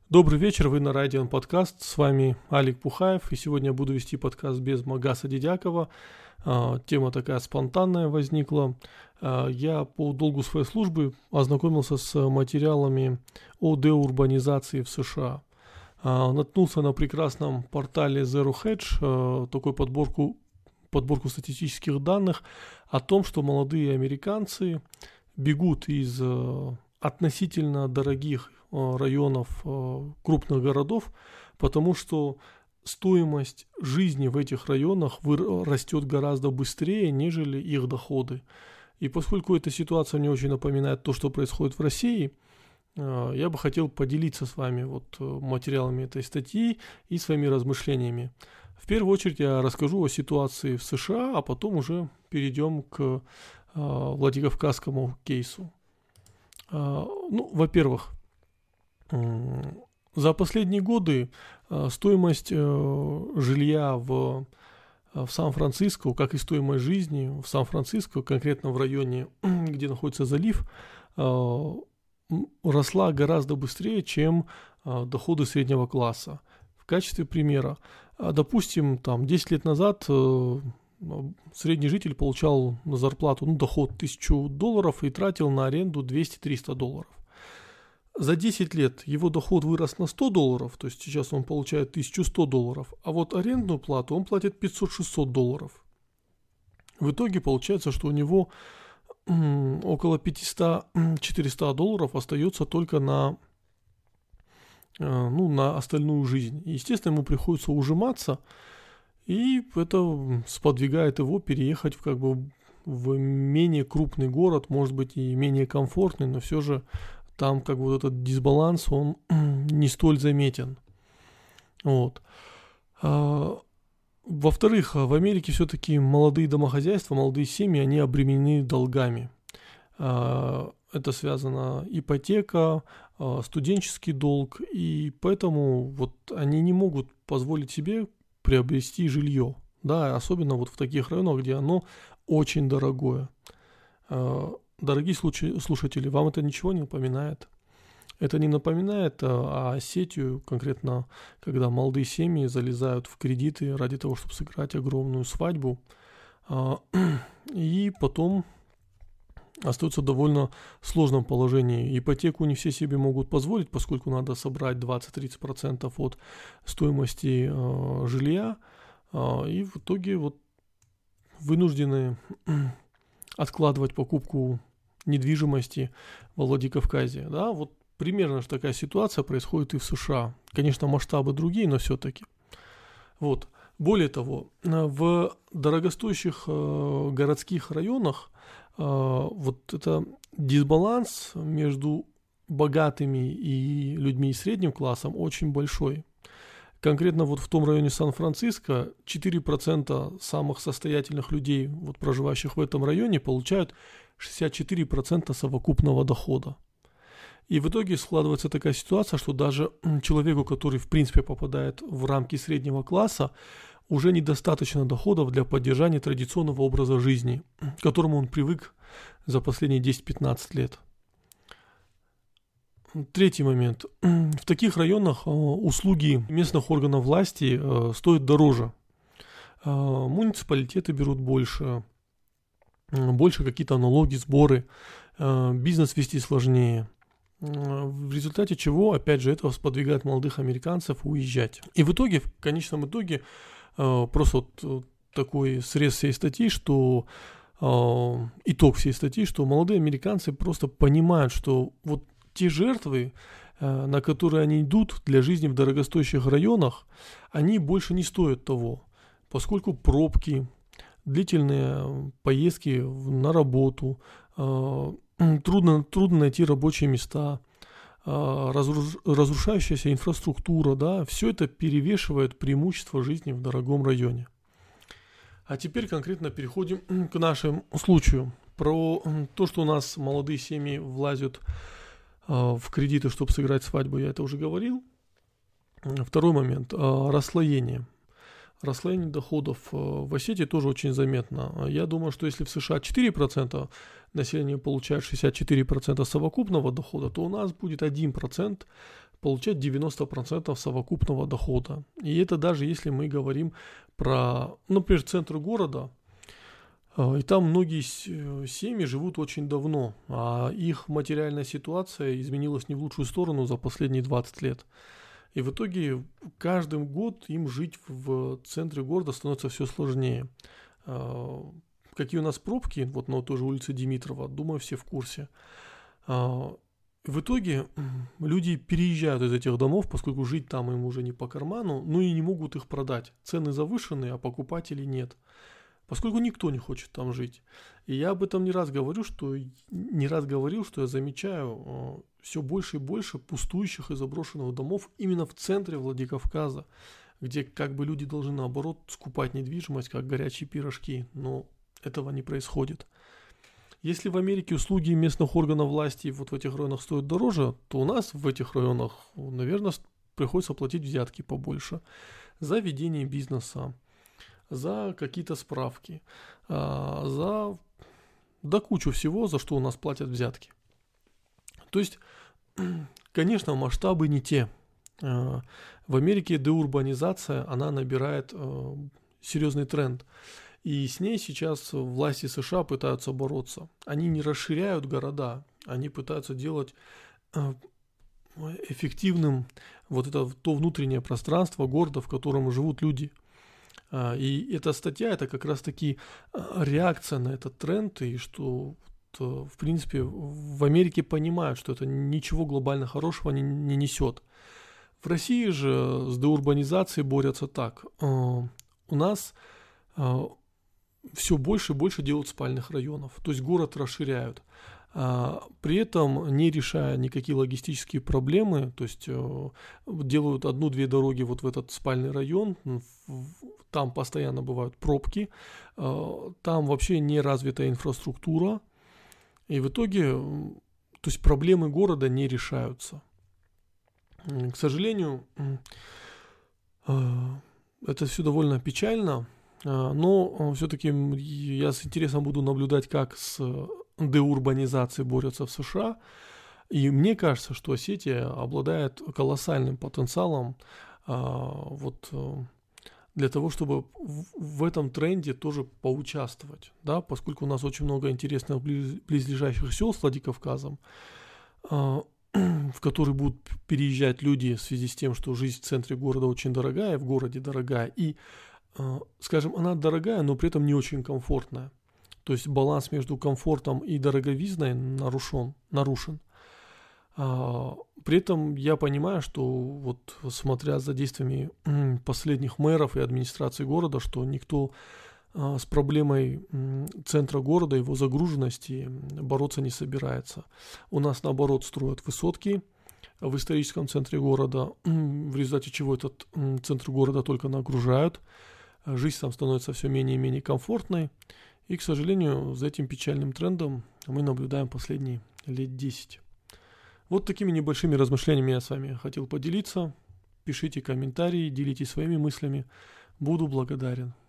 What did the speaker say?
Добрый вечер, вы на Райдиан подкаст, с вами Алик Пухаев, и сегодня я буду вести подкаст без Магаса Дедякова. Тема такая спонтанная возникла. Я по долгу своей службы ознакомился с материалами о деурбанизации в США. Наткнулся на прекрасном портале Zero Hedge, такую подборку статистических данных о том, что молодые американцы бегут из относительно дорогих районов крупных городов, потому что стоимость жизни в этих районах растет гораздо быстрее, нежели их доходы. И поскольку эта ситуация мне очень напоминает то, что происходит в России, я бы хотел поделиться с вами материалами этой статьи и своими размышлениями. В первую очередь я расскажу о ситуации в США, а потом уже перейдем к Владикавказскому кейсу. Во-первых, за последние годы стоимость жилья в Сан-Франциско, как и стоимость жизни в Сан-Франциско, конкретно в районе, где находится залив, росла гораздо быстрее, чем доходы среднего класса. В качестве примера, допустим, 10 лет назад средний житель получал на зарплату доход $1000 и тратил на аренду $200-300. За 10 лет его доход вырос на $100, то есть сейчас он получает $1100, а вот арендную плату он платит $500-600. В итоге получается, что у него около $500-400 остается только на остальную жизнь. И, естественно, ему приходится ужиматься, и это сподвигает его переехать в менее крупный город, может быть и менее комфортный, но все же там этот дисбаланс, он не столь заметен. Во-вторых, в Америке все-таки молодые домохозяйства, молодые семьи, они обременены долгами. Это связано ипотека, студенческий долг, и поэтому они не могут позволить себе приобрести жилье. Да, особенно в таких районах, где оно очень дорогое. Дорогие слушатели, вам это ничего не напоминает? Это не напоминает Осетию, конкретно, когда молодые семьи залезают в кредиты ради того, чтобы сыграть огромную свадьбу, и потом остаются в довольно сложном положении. Ипотеку не все себе могут позволить, поскольку надо собрать 20-30% от стоимости жилья, и в итоге вынуждены откладывать покупку недвижимости во Владикавказе. Да, примерно же такая ситуация происходит и в США. Конечно, масштабы другие, но все-таки. Более того, в дорогостоящих городских районах это дисбаланс между богатыми и людьми средним классом очень большой. Конкретно в том районе Сан-Франциско 4% самых состоятельных людей, проживающих в этом районе, получают 64% совокупного дохода. И в итоге складывается такая ситуация, что даже человеку, который в принципе попадает в рамки среднего класса, уже недостаточно доходов для поддержания традиционного образа жизни, к которому он привык за последние 10-15 лет. Третий момент. В таких районах услуги местных органов власти стоят дороже. Муниципалитеты берут больше какие-то налоги, сборы, бизнес вести сложнее. В результате чего, опять же, это сподвигает молодых американцев уезжать. И в конечном итоге, просто такой срез всей статьи, итог всей статьи, что молодые американцы просто понимают, что те жертвы, на которые они идут для жизни в дорогостоящих районах, они больше не стоят того, поскольку пробки, длительные поездки на работу, трудно найти рабочие места, разрушающаяся инфраструктура, да, все это перевешивает преимущество жизни в дорогом районе. А теперь конкретно переходим к нашему случаю. Про то, что у нас молодые семьи влазят в кредиты, чтобы сыграть свадьбу, я это уже говорил. Второй момент. Расслоение. Расслоение доходов в Осетии тоже очень заметно. Я думаю, что если в США 4% населения получает 64% совокупного дохода, то у нас будет 1% получать 90% совокупного дохода. И это даже если мы говорим про, например, центр города, и там многие семьи живут очень давно, а их материальная ситуация изменилась не в лучшую сторону за последние 20 лет. И в итоге каждый год им жить в центре города становится все сложнее. Какие у нас пробки, вот на той же улице Димитрова, думаю, все в курсе. В итоге люди переезжают из этих домов, поскольку жить там им уже не по карману, ну и не могут их продать. Цены завышенные, а покупателей нет. Поскольку никто не хочет там жить. И я об этом не раз говорил, что я замечаю все больше и больше пустующих и заброшенных домов именно в центре Владикавказа, где как бы люди должны наоборот скупать недвижимость, как горячие пирожки, но этого не происходит. Если в Америке услуги местных органов власти вот в этих районах стоят дороже, то у нас в этих районах, наверное, приходится платить взятки побольше за ведение бизнеса, за какие-то справки, за кучу всего, за что у нас платят взятки. То есть, конечно, масштабы не те. В Америке деурбанизация, она набирает серьезный тренд. И с ней сейчас власти США пытаются бороться. Они не расширяют города, они пытаются делать эффективным вот это то внутреннее пространство города, в котором живут люди. И эта статья, это как раз таки реакция на этот тренд, и что, в принципе, в Америке понимают, что это ничего глобально хорошего не несет. В России же с деурбанизацией борются так. У нас все больше и больше делают спальных районов, то есть город расширяют. При этом не решая никакие логистические проблемы, то есть делают 1-2 дороги вот в этот спальный район, там постоянно бывают пробки, там вообще не развитая инфраструктура, и в итоге, то есть проблемы города не решаются. К сожалению, это все довольно печально, но все-таки я с интересом буду наблюдать, как с деурбанизацией борются в США. И мне кажется, что Осетия обладает колоссальным потенциалом для того, чтобы в этом тренде тоже поучаствовать, да, поскольку у нас очень много интересных близлежащих сел с Владикавказом, в которые будут переезжать люди в связи с тем, что жизнь в центре города очень дорогая, в городе дорогая, и, скажем, она дорогая, но при этом не очень комфортная. То есть баланс между комфортом и дороговизной нарушен. При этом я понимаю, что вот смотря за действиями последних мэров и администрации города, что никто с проблемой центра города, его загруженности бороться не собирается. У нас наоборот строят высотки в историческом центре города, в результате чего этот центр города только нагружают. Жизнь там становится все менее и менее комфортной. И, к сожалению, за этим печальным трендом мы наблюдаем последние лет 10. Вот такими небольшими размышлениями я с вами хотел поделиться. Пишите комментарии, делитесь своими мыслями. Буду благодарен.